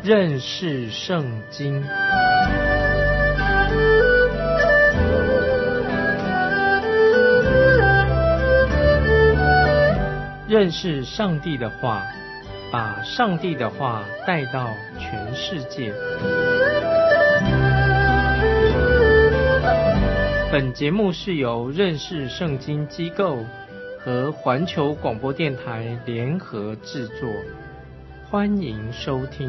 认识圣经。认识上帝的话，把上帝的话带到全世界。本节目是由认识圣经机构和环球广播电台联合制作，欢迎收听。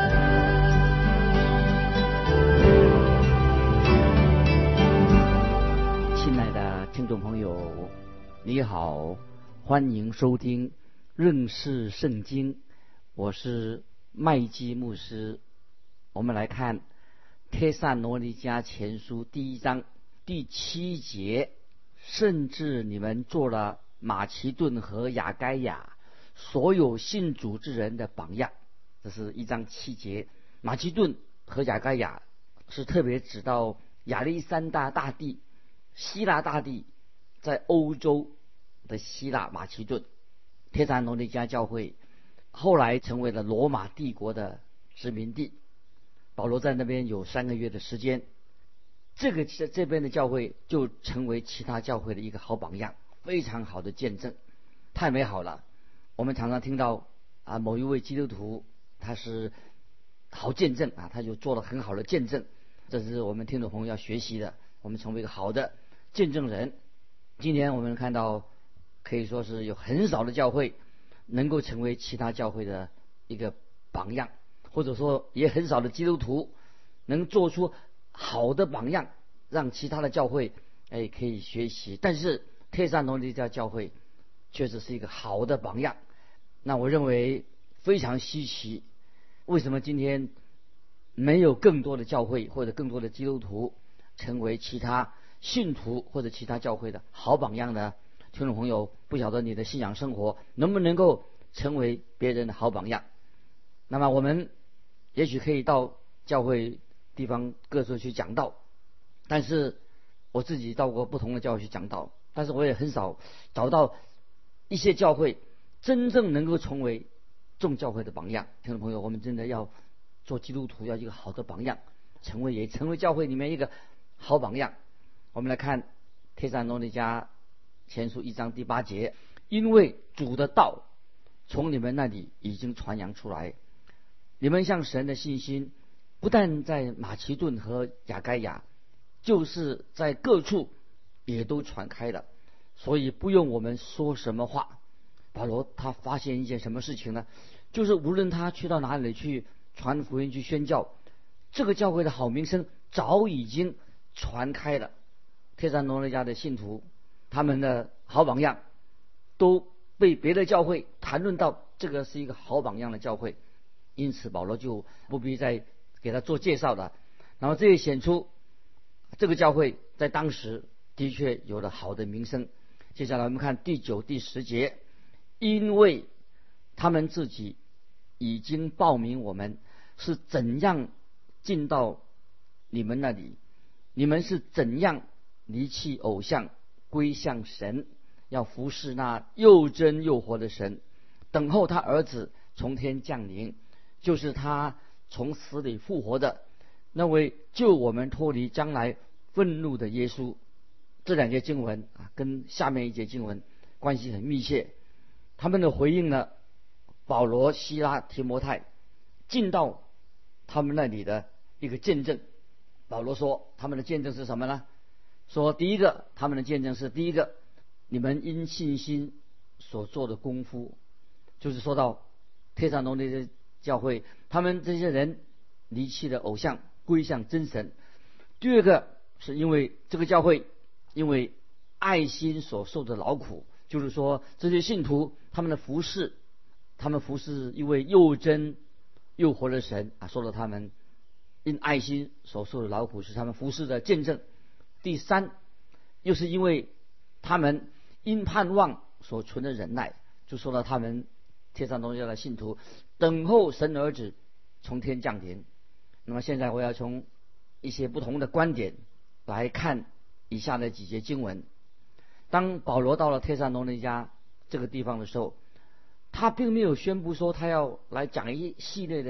亲爱的听众朋友，你好，欢迎收听认识圣经，我是麦基牧师。我们来看帖撒罗尼迦前书第1章第7节，甚至你们做了马其顿和亚该亚所有信主之人的榜样。这是1章7节。马其顿和亚该亚是特别指到亚历山大大帝、希腊大帝在欧洲的希腊马其顿。帖撒罗尼迦教会后来成为了罗马帝国的殖民地，保罗在那边有3个月的时间，这边的教会就成为其他教会的一个好榜样，非常好的见证，太美好了。我们常常听到某一位基督徒他是好见证他就做了很好的见证，这是我们听众朋友要学习的，我们成为一个好的见证人。今天我们看到可以说是有很少的教会能够成为其他教会的一个榜样，或者说也很少的基督徒能做出好的榜样，让其他的教会可以学习。但是帖撒罗尼迦教会确实是一个好的榜样，那我认为非常稀奇。为什么今天没有更多的教会或者更多的基督徒成为其他信徒或者其他教会的好榜样呢？听众朋友，不晓得你的信仰生活能不能够成为别人的好榜样。那么我们也许可以到教会地方各处去讲道，但是我自己到过不同的教会去讲道，但是我也很少找到一些教会真正能够成为众教会的榜样。听众朋友，我们真的要做基督徒，要一个好的榜样，成为教会里面一个好榜样。我们来看帖撒罗尼迦前书1章第8节，因为主的道从你们那里已经传扬出来，你们向神的信心不但在马其顿和亚该亚，就是在各处也都传开了，所以不用我们说什么话。保罗他发现一件什么事情呢？就是无论他去到哪里去传福音去宣教，这个教会的好名声早已经传开了。帖撒罗尼迦的信徒他们的好榜样都被别的教会谈论到，这个是一个好榜样的教会，因此保罗就不必再给他做介绍了。然后这也显出这个教会在当时的确有了好的名声。接下来我们看第9、第10节，因为他们自己已经报明我们是怎样进到你们那里，你们是怎样离弃偶像归向神，要服侍那又真又活的神，等候他儿子从天降临，就是他从死里复活的那位救我们脱离将来愤怒的耶稣。这2节经文跟下面1节经文关系很密切。他们的回应呢，保罗、希拉、提摩太进到他们那里的一个见证。保罗说他们的见证是什么呢？说第一个，他们的见证是第一个，你们因信心所做的功夫，就是说到帖撒罗尼迦教会他们这些人离弃了偶像归向真神。第二个是因为这个教会因为爱心所受的劳苦，就是说这些信徒他们服侍一位又真又活的神说了他们因爱心所受的劳苦是他们服侍的见证。第3，又是因为他们因盼望所存的忍耐，就说了他们帖撒罗尼迦的信徒等候神儿子从天降临。那么现在我要从一些不同的观点来看以下的几节经文。当保罗到了帖撒罗尼迦这个地方的时候，他并没有宣布说他要来讲一系列的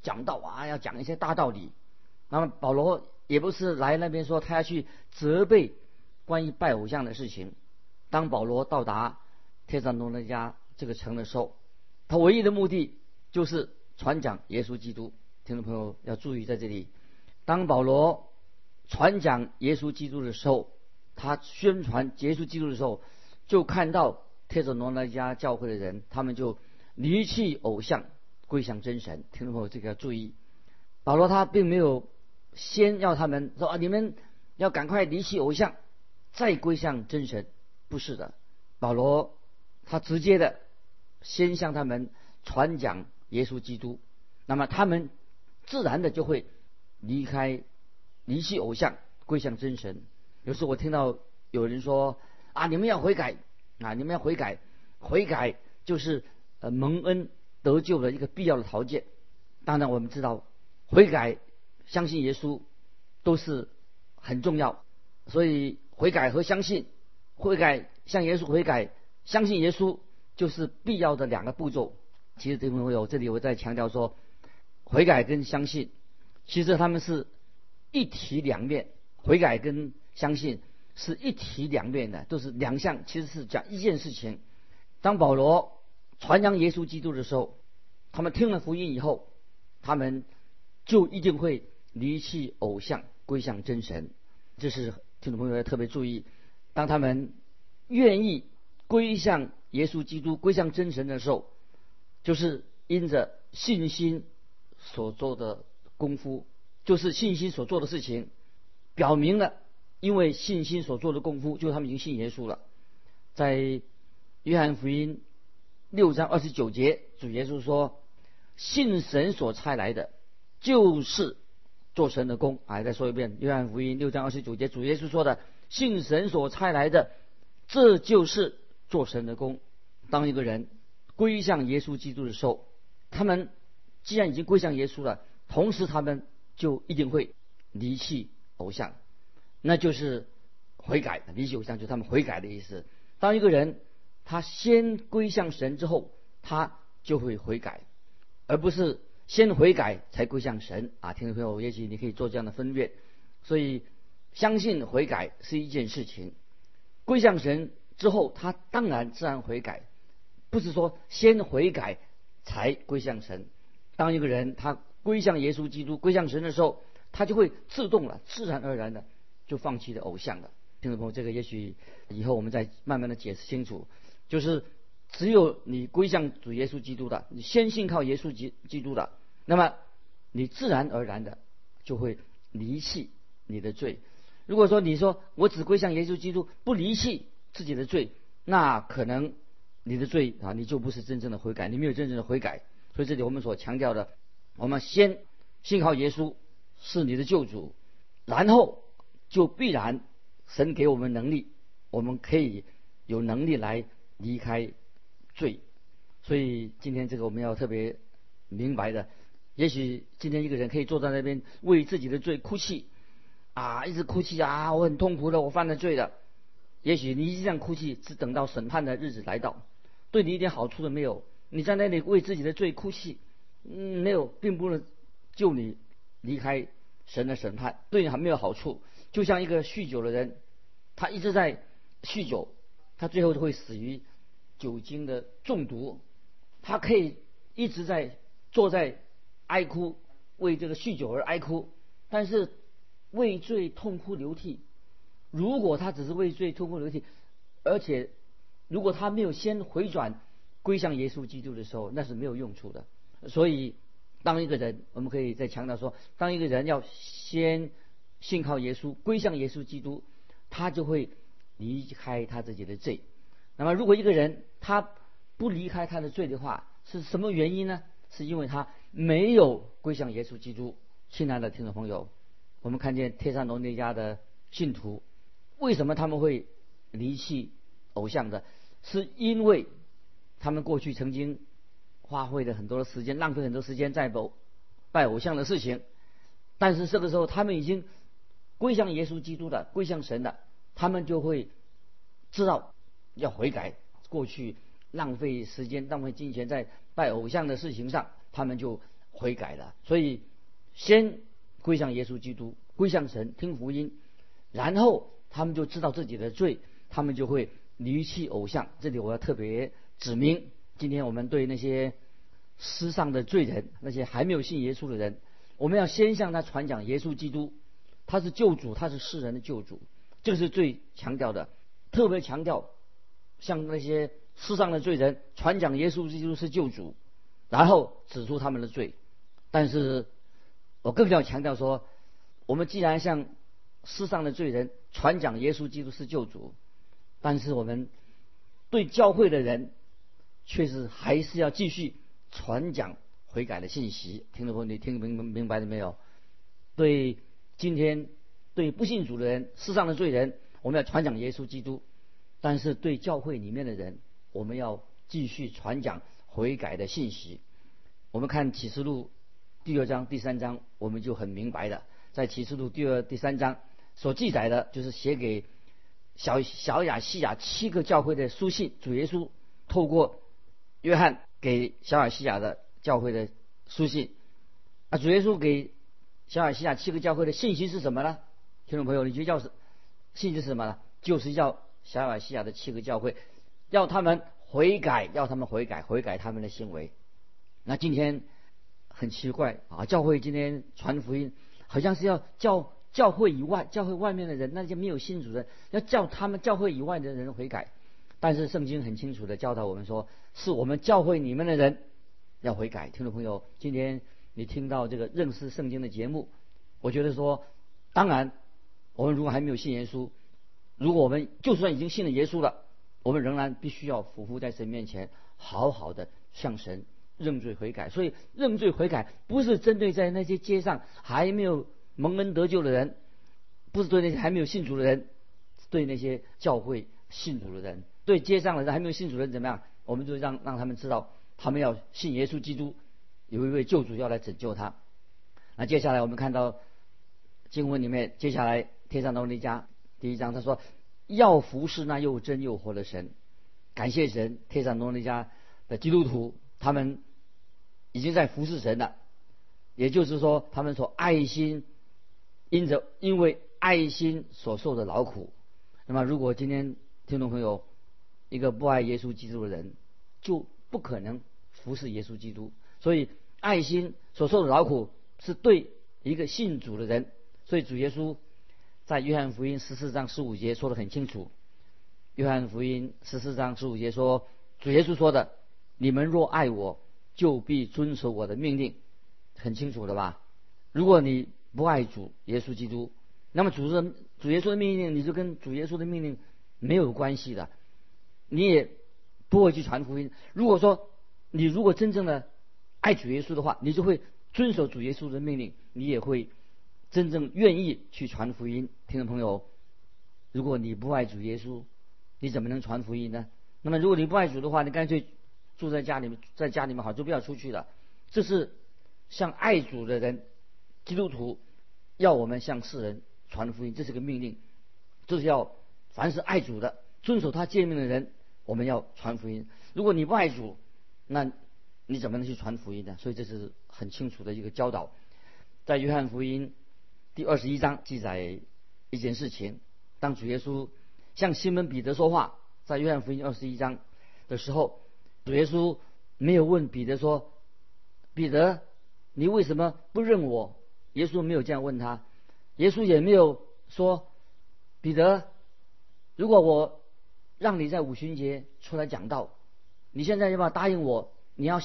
讲道啊，要讲一些大道理。那么保罗也不是来那边说他要去责备关于拜偶像的事情。当保罗到达帖撒罗尼迦这个城的时候，他唯一的目的就是传讲耶稣基督。听众朋友要注意在这里，当保罗传讲耶稣基督的时候，他宣传耶稣基督的时候，就看到帖撒罗尼迦教会的人，他们就离弃偶像，归向真神。听众朋友这个要注意，保罗他并没有先要他们说你们要赶快离弃偶像，再归向真神，不是的。保罗他直接的先向他们传讲耶稣基督，那么他们自然的就会离弃偶像，归向真神。有时我听到有人说你们要悔改你们要悔改，悔改就是蒙恩得救的一个必要的条件。当然我们知道悔改相信耶稣都是很重要，所以悔改和相信，悔改向耶稣悔改，相信耶稣就是必要的两个步骤。其实听众朋友，这里我在强调说，悔改跟相信其实他们是一体两面，悔改跟相信是一体两面的，都是两项，其实是讲一件事情。当保罗传扬耶稣基督的时候，他们听了福音以后，他们就一定会离弃偶像，归向真神。这是听众朋友要特别注意，当他们愿意归向耶稣基督，归向真神的时候，就是因着信心所做的功夫，就是信心所做的事情表明了，因为信心所做的功夫，就是他们已经信耶稣了。在约翰福音6章29节，主耶稣说，信神所差来的就是做神的工。再说一遍，约翰福音6章29节，主耶稣说的，信神所差来的这就是做神的工。当一个人归向耶稣基督的时候，他们既然已经归向耶稣了，同时他们就一定会离弃偶像，那就是悔改。离弃偶像就是他们悔改的意思。当一个人他先归向神之后，他就会悔改，而不是先悔改才归向神听众朋友，也许你可以做这样的分辨。所以相信悔改是一件事情，归向神之后，他当然自然悔改，不是说先悔改才归向神。当一个人他归向耶稣基督，归向神的时候，他就会自然而然的就放弃了偶像了。听众朋友，这个也许以后我们再慢慢的解释清楚，就是只有你归向主耶稣基督的，你先信靠耶稣基督的，那么你自然而然的就会离弃你的罪。如果说你说我只归向耶稣基督，不离弃自己的罪，那可能你的罪你就不是真正的悔改，你没有真正的悔改。所以这里我们所强调的，我们先信靠耶稣是你的救主，然后就必然神给我们能力，我们可以有能力来离开罪。所以今天这个我们要特别明白的，也许今天一个人可以坐在那边为自己的罪哭泣一直哭泣我很痛苦的，我犯了罪了。也许你一直这样哭泣，只等到审判的日子来到，对你一点好处都没有。你在那里为自己的罪哭泣，没有，并不能救你离开神的审判，对你还没有好处。就像一个酗酒的人，他一直在酗酒，他最后会死于酒精的中毒。他可以一直坐在哀哭，为这个酗酒而哀哭，但是为罪痛哭流涕。如果他只是为罪痛哭流涕，而且如果他没有先回转归向耶稣基督的时候，那是没有用处的。所以当一个人，我们可以再强调说，当一个人要先信靠耶稣，归向耶稣基督，他就会离开他自己的罪。那么如果一个人他不离开他的罪的话，是什么原因呢？是因为他没有归向耶稣基督。亲爱的听众朋友，我们看见帖撒罗尼迦的信徒，为什么他们会离弃偶像的？是因为他们过去曾经花费了很多的时间，浪费很多时间在拜偶像的事情，但是这个时候他们已经归向耶稣基督的，归向神的，他们就会知道要悔改。过去浪费时间、浪费金钱在拜偶像的事情上，他们就悔改的。所以先归向耶稣基督，归向神，听福音，然后他们就知道自己的罪，他们就会离弃偶像。这里我要特别指明，今天我们对那些世上的罪人，那些还没有信耶稣的人，我们要先向他传讲耶稣基督，他是救主，他是世人的救主，这个是最强调的，特别强调向那些世上的罪人传讲耶稣基督是救主，然后指出他们的罪。但是我更要强调说，我们既然向世上的罪人传讲耶稣基督是救主，但是我们对教会的人却是还是要继续传讲悔改的信息。听众朋友，你听明白了没有？对今天对不信主的人，世上的罪人，我们要传讲耶稣基督，但是对教会里面的人，我们要继续传讲悔改的信息。我们看启示录第2章第3章，我们就很明白的，在启示录第2、第3章所记载的，就是写给小亚细亚7个教会的书信。主耶稣透过约翰给小亚细亚的教会的书信。主耶稣给小亚细亚7个教会的信息是什么呢？听众朋友，你觉得信息是什么呢？就是要小亚细亚的7个教会，要他们悔改，悔改他们的行为。那今天很奇怪啊，教会今天传福音，好像是要教会以外，教会外面的人，那些没有信主的，要叫他们教会以外的人悔改。但是圣经很清楚的教导我们说，是我们教会里面的人要悔改。听众朋友，今天你听到这个认识圣经的节目，我觉得说，当然我们如果还没有信耶稣，如果我们就算已经信了耶稣了，我们仍然必须要俯伏在神面前，好好的向神认罪悔改。所以认罪悔改不是针对在那些街上还没有蒙恩得救的人，不是对那些还没有信主的人，对那些教会信主的人，对街上的人还没有信主的人怎么样？我们就让他们知道，他们要信耶稣基督，有一位救主要来拯救他。那接下来我们看到经文里面，接下来帖撒罗尼迦第1章他说，要服侍那又真又活的神。感谢神，帖撒罗尼迦的基督徒他们已经在服侍神了，也就是说他们所爱心因为爱心所受的劳苦。那么如果今天听众朋友一个不爱耶稣基督的人，就不可能服侍耶稣基督。所以爱心所受的劳苦是对一个信主的人。所以主耶稣在约翰福音14章15节说得很清楚，约翰福音14章15节说，主耶稣说的，你们若爱我，就必遵守我的命令。很清楚的吧？如果你不爱主耶稣基督，那么主耶稣的命令，你就跟主耶稣的命令没有关系的，你也不会去传福音。如果真正的爱主耶稣的话，你就会遵守主耶稣的命令，你也会真正愿意去传福音。听众朋友，如果你不爱主耶稣，你怎么能传福音呢？那么如果你不爱主的话，你干脆住在家里面，在家里面好，就不要出去了。这是向爱主的人，基督徒要我们向世人传福音，这是个命令，就是要凡是爱主的，遵守他诫命的人，我们要传福音。如果你不爱主，那你怎么能去传福音呢？所以这是很清楚的一个教导。在约翰福音第21章记载一件事情，当主耶稣向西门彼得说话，在约翰福音21章的时候，主耶稣没有问彼得说，彼得你为什么不认我？耶稣没有这样问他。耶稣也没有说，彼得，如果我让你在五旬节出来讲道，你现在要不要答应我？你要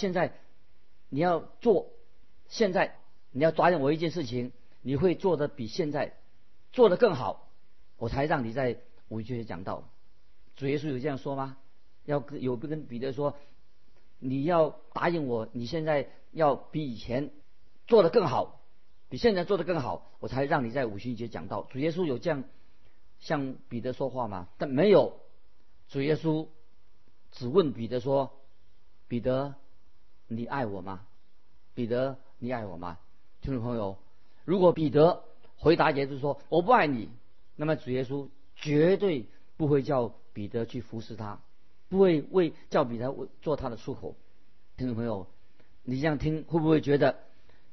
答应我一件事情，你会做得比现在做得更好，我才让你在五旬节讲道。主耶稣有这样说吗？有跟彼得说，你要答应我，你现在要比以前做得更好，比现在做得更好，我才让你在五旬节讲道。主耶稣有这样向彼得说话吗？但没有。主耶稣只问彼得说，彼得，你爱我吗？彼得，你爱我吗？听众朋友，如果彼得回答耶稣说我不爱你，那么主耶稣绝对不会叫彼得去服侍他，不会叫彼得做他的出口。听众朋友，你这样听会不会觉得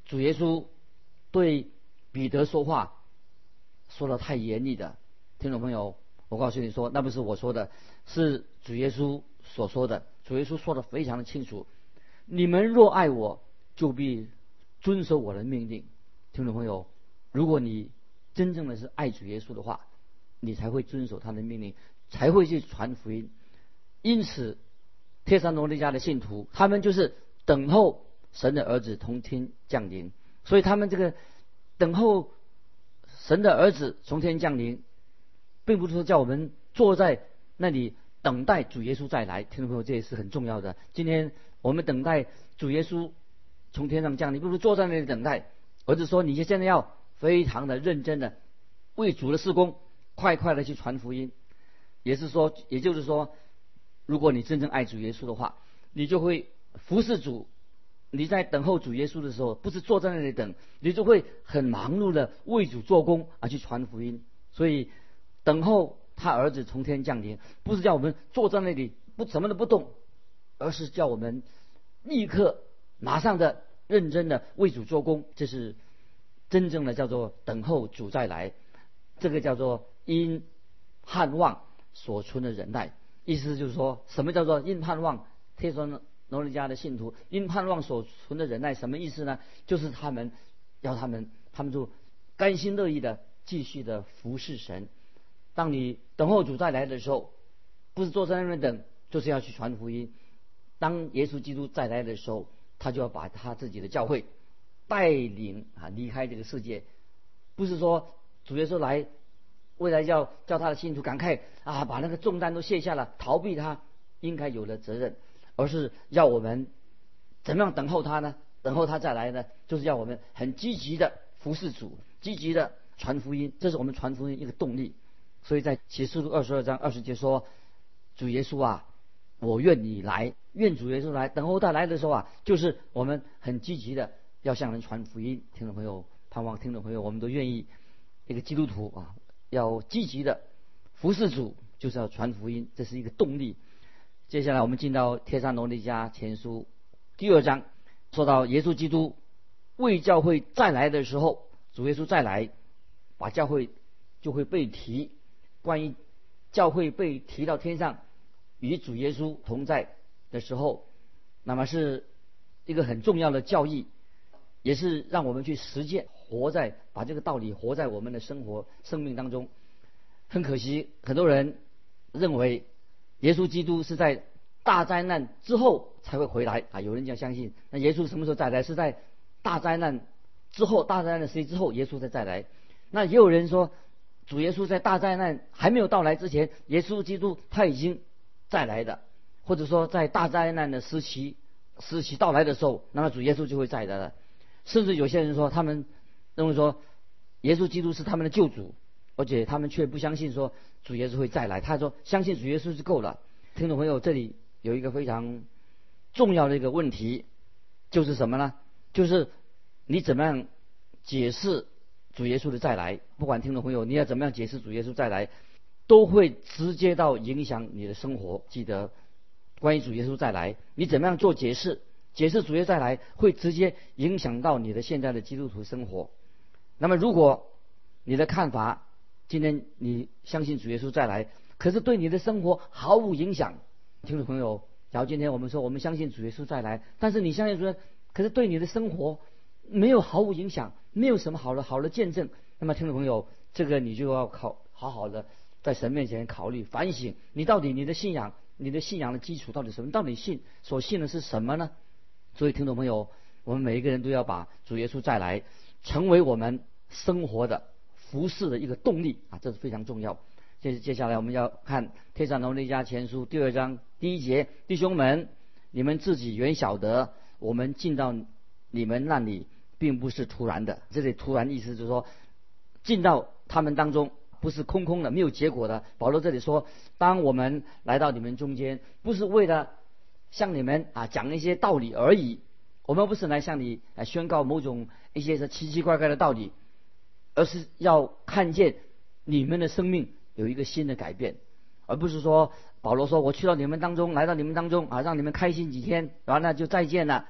主耶稣对彼得说话说得太严厉的。听众朋友，我告诉你说，那不是我说的，是主耶稣所说的。主耶稣说得非常的清楚，你们若爱我，就必遵守我的命令。听众朋友，如果你真正的是爱主耶稣的话，你才会遵守他的命令，才会去传福音。因此帖撒罗尼迦的信徒，他们就是等候神的儿子从天降临。所以他们这个等候神的儿子从天降临，并不是说叫我们坐在那里等待主耶稣再来。听众朋友，这也是很重要的。今天我们等待主耶稣从天上降临，不是坐在那里等待，而是说你现在要非常的认真的为主的事工快快的去传福音。也就是说，如果你真正爱主耶稣的话，你就会服侍主。你在等候主耶稣的时候，不是坐在那里等，你就会很忙碌的为主做工而去传福音。所以等候他儿子从天降临，不是叫我们坐在那里什么都不动，而是叫我们立刻马上的认真的为主做工。这是真正的叫做等候主再来，这个叫做因盼望所存的忍耐。意思就是说，什么叫做因盼望？帖撒罗尼迦的信徒因盼望所存的忍耐，什么意思呢？就是他们就甘心乐意的继续的服侍神。当你等候主再来的时候，不是坐在那边等，就是要去传福音。当耶稣基督再来的时候，他就要把他自己的教会带领离开这个世界。不是说主耶稣来未来叫他的信徒赶快把那个重担都卸下了，逃避他应该有的责任，而是要我们怎么样等候他呢？等候他再来呢，就是要我们很积极的服侍主，积极的传福音，这是我们传福音一个动力。所以在启示录22章20节说，主耶稣啊，我愿你来，愿主耶稣来。等候他来的时候就是我们很积极的要向人传福音。听众朋友，盼望听众朋友我们都愿意，一个基督徒要积极的服侍主，就是要传福音，这是一个动力。接下来我们进到帖撒罗尼迦前书第2章，说到耶稣基督为教会再来的时候，主耶稣再来，把教会就会被提。关于教会被提到天上与主耶稣同在的时候，那么是一个很重要的教义，也是让我们去实践，把这个道理活在我们的生命当中。很可惜，很多人认为耶稣基督是在大灾难之后才会回来有人这样相信。那耶稣什么时候再来？是在大灾难之后，大灾难时期之后耶稣再来。那也有人说，主耶稣在大灾难还没有到来之前，耶稣基督他已经再来的，或者说在大灾难的时期到来的时候，那么主耶稣就会再来了。甚至有些人说，他们认为说耶稣基督是他们的救主，而且他们却不相信说主耶稣会再来。他说相信主耶稣就够了。听众朋友，这里有一个非常重要的一个问题，就是什么呢？就是你怎么样解释主耶稣的再来。不管听众朋友你要怎么样解释主耶稣再来，都会直接到影响你的生活。记得关于主耶稣再来，你怎么样做解释主耶稣再来，会直接影响到你的现在的基督徒生活。那么如果你的看法，今天你相信主耶稣再来，可是对你的生活毫无影响。听众朋友，假如今天我们说我们相信主耶稣再来，但是你相信主耶稣，可是对你的生活毫无影响，没有什么好的见证，那么听众朋友，这个你就要好好的在神面前考虑反省，你的信仰的基础到底什么？到底所信的是什么呢？所以听众朋友，我们每一个人都要把主耶稣再来成为我们生活的服事的一个动力这是非常重要。接下来我们要看帖撒罗尼迦前书第2章第1节，弟兄们，你们自己原晓得，我们进到你们那里并不是突然的。这里突然意思就是说，进到他们当中不是空空的，没有结果的。保罗这里说，当我们来到你们中间，不是为了向你们讲一些道理而已，我们不是来向你宣告某种一些奇奇怪怪的道理，而是要看见你们的生命有一个新的改变。而不是说保罗说我去到你们当中，来到你们当中让你们开心几天，然后那就再见了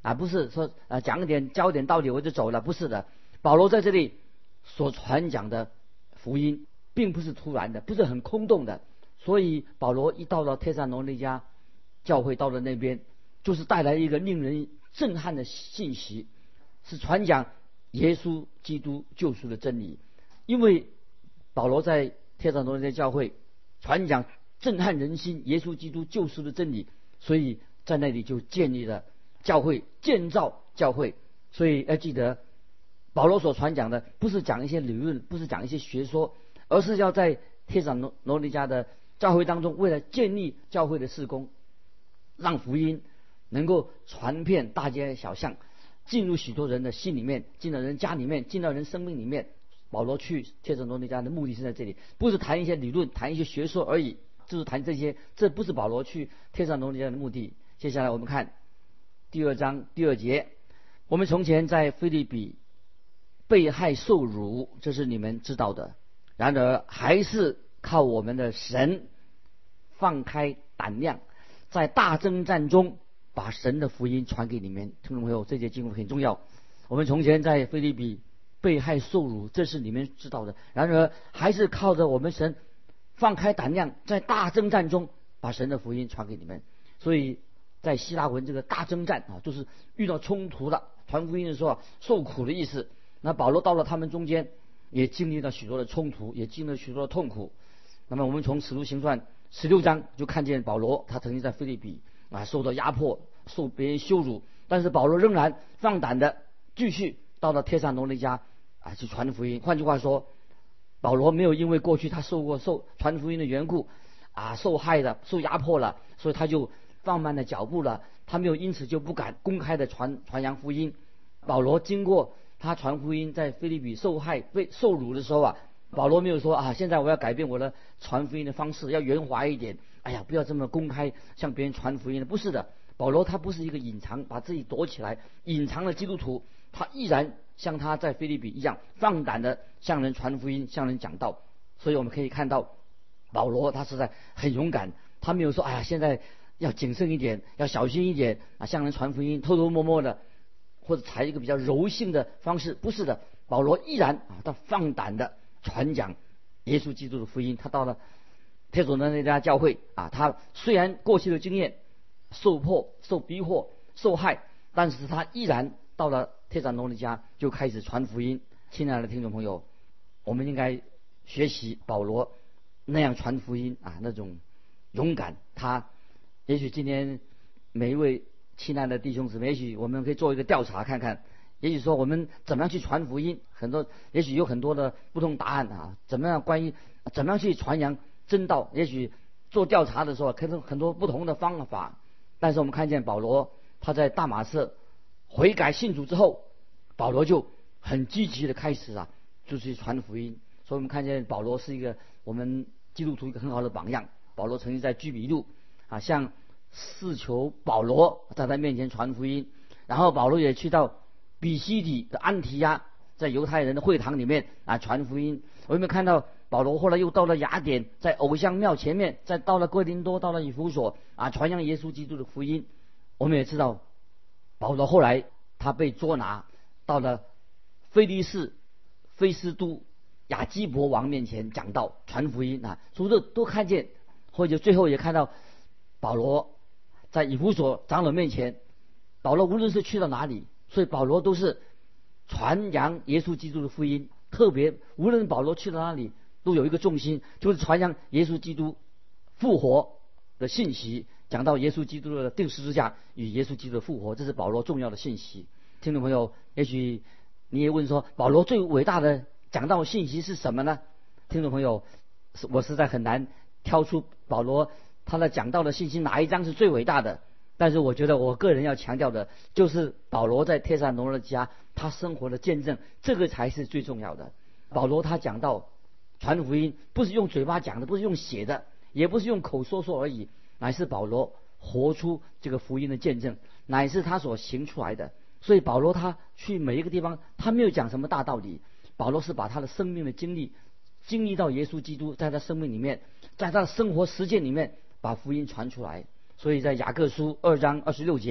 不是说讲一点教一点道理我就走了，不是的。保罗在这里所传讲的福音并不是突然的，不是很空洞的。所以保罗一到了帖撒罗尼迦教会，到了那边就是带来一个令人震撼的信息，是传讲耶稣基督救赎的真理。因为保罗在帖撒罗尼迦教会传讲震撼人心耶稣基督救赎的真理，所以在那里就建立了教会，建造教会。所以要记得保罗所传讲的不是讲一些理论，不是讲一些学说，而是要在帖撒罗尼迦的教会当中，为了建立教会的事工，让福音能够传遍大街小巷，进入许多人的心里面，进到人家里面，进到人生命里面。保罗去帖撒罗尼迦的目的是在这里，不是谈一些理论，谈一些学说而已，就是谈这些，这不是保罗去帖撒罗尼迦的目的。接下来我们看第2章第2节，我们从前在腓立比被害受辱，这是你们知道的，然而还是靠我们的神放开胆量，在大征战中把神的福音传给你们。听众朋友，这节经文很重要。我们从前在腓立比被害受辱，这是你们知道的，然而还是靠着我们神放开胆量，在大征战中把神的福音传给你们。所以在希腊文这个大征战就是遇到冲突了，传福音的时候受苦的意思。那保罗到了他们中间，也经历了许多的冲突，也经历了许多的痛苦。那么我们从使徒行传16章就看见保罗他曾经在腓立比受到压迫，受别人羞辱，但是保罗仍然放胆的继续到了帖撒罗尼迦去传福音。换句话说，保罗没有因为过去他受传福音的缘故受害了，受压迫了，所以他就放慢了脚步了，他没有因此就不敢公开的传扬福音。保罗经过他传福音在腓立比受害被受辱的时候保罗没有说现在我要改变我的传福音的方式，要圆滑一点，不要这么公开向别人传福音的。不是的，保罗他不是一个隐藏，把自己躲起来隐藏的基督徒，他依然像他在腓立比一样放胆的向人传福音，向人讲道。所以我们可以看到保罗他实在很勇敢，他没有说现在要谨慎一点，要小心一点向人传福音偷偷摸摸的，或者采一个比较柔性的方式。不是的，保罗依然他放胆的传讲耶稣基督的福音。他到了帖撒罗尼迦教会他虽然过去的经验受迫、受逼迫、受害，但是他依然到了帖撒罗尼迦就开始传福音。亲爱的听众朋友，我们应该学习保罗那样传福音那种勇敢。他也许今天每一位亲爱的弟兄姊妹，也许我们可以做一个调查看看，也许说我们怎么样去传福音，也许有很多的不同答案怎么样去传扬真道，也许做调查的时候可能很多不同的方法。但是我们看见保罗他在大马色悔改信主之后，保罗就很积极的开始就是传福音。所以我们看见保罗是一个我们基督徒一个很好的榜样。保罗曾经在居比路向四求保罗在他面前传福音，然后保罗也去到比西底的安提亚，在犹太人的会堂里面传福音。我们看到保罗后来又到了雅典，在偶像庙前面，再到了哥林多，到了以弗所传扬耶稣基督的福音。我们也知道保罗后来他被捉拿到了菲利士菲斯都亚基伯王面前讲道传福音所以都看见，或者最后也看到保罗在以弗所长老面前，保罗无论是去到哪里，所以保罗都是传扬耶稣基督的福音。特别无论保罗去到哪里，都有一个重心，就是传扬耶稣基督复活的信息，讲到耶稣基督的钉十字架与耶稣基督的复活，这是保罗重要的信息。听众朋友，也许你也问说，保罗最伟大的讲道信息是什么呢？听众朋友，我实在很难挑出保罗他的讲道的信息哪一章是最伟大的。但是我觉得我个人要强调的就是保罗在帖撒罗尼迦他生活的见证，这个才是最重要的。保罗他讲到传福音不是用嘴巴讲的，不是用写的，也不是用口说而已，乃是保罗活出这个福音的见证，乃是他所行出来的。所以保罗他去每一个地方，他没有讲什么大道理，保罗是把他的生命的经历到耶稣基督在他生命里面，在他的生活实践里面把福音传出来。所以在雅各书2章26节，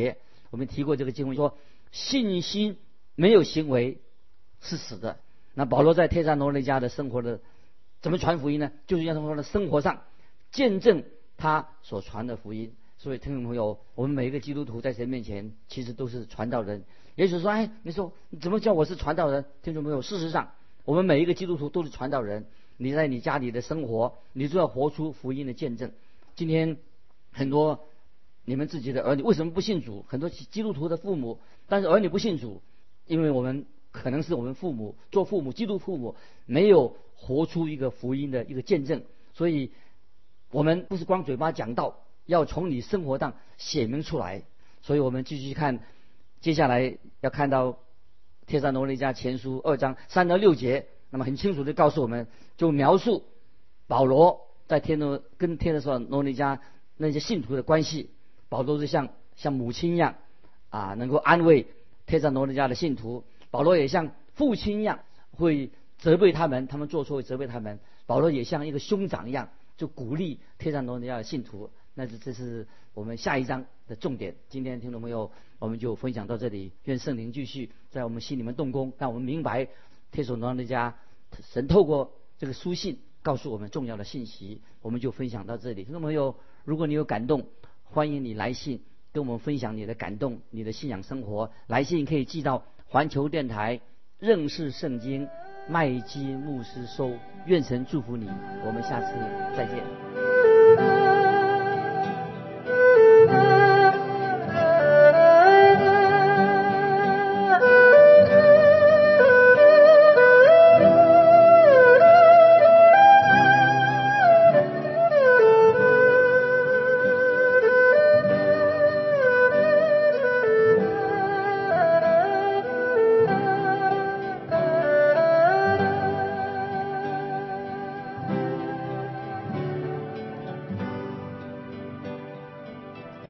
我们提过这个经文说，信心没有行为是死的。那保罗在帖撒罗尼迦的生活的怎么传福音呢？就是让他们的生活上见证他所传的福音。所以听众朋友，我们每一个基督徒在神面前其实都是传道人。也许说，哎，你说你怎么叫我是传道人？听众朋友，事实上我们每一个基督徒都是传道人。你在你家里的生活，你就要活出福音的见证。今天很多你们自己的儿女为什么不信主？很多基督徒的父母，但是儿女不信主，因为我们可能是我们父母做父母，基督父母没有活出一个福音的一个见证。所以我们不是光嘴巴讲道，要从你生活上显明出来。所以我们继续看，接下来要看到帖撒罗尼迦前书2章3到6节，那么很清楚地告诉我们，就描述保罗在跟帖撒罗尼迦那些信徒的关系。保罗是像母亲一样能够安慰帖撒罗尼迦的信徒。保罗也像父亲一样会责备他们，他们做错会责备他们。保罗也像一个兄长一样，就鼓励帖撒罗尼迦的信徒。那这是我们下一章的重点。今天听众朋友，我们就分享到这里。愿圣灵继续在我们心里面动工，让我们明白帖撒罗尼迦神透过这个书信告诉我们重要的信息。我们就分享到这里。听众朋友，如果你有感动，欢迎你来信跟我们分享你的感动，你的信仰生活。来信可以寄到环球电台认识圣经麦基牧师收。愿神祝福你，我们下次再见。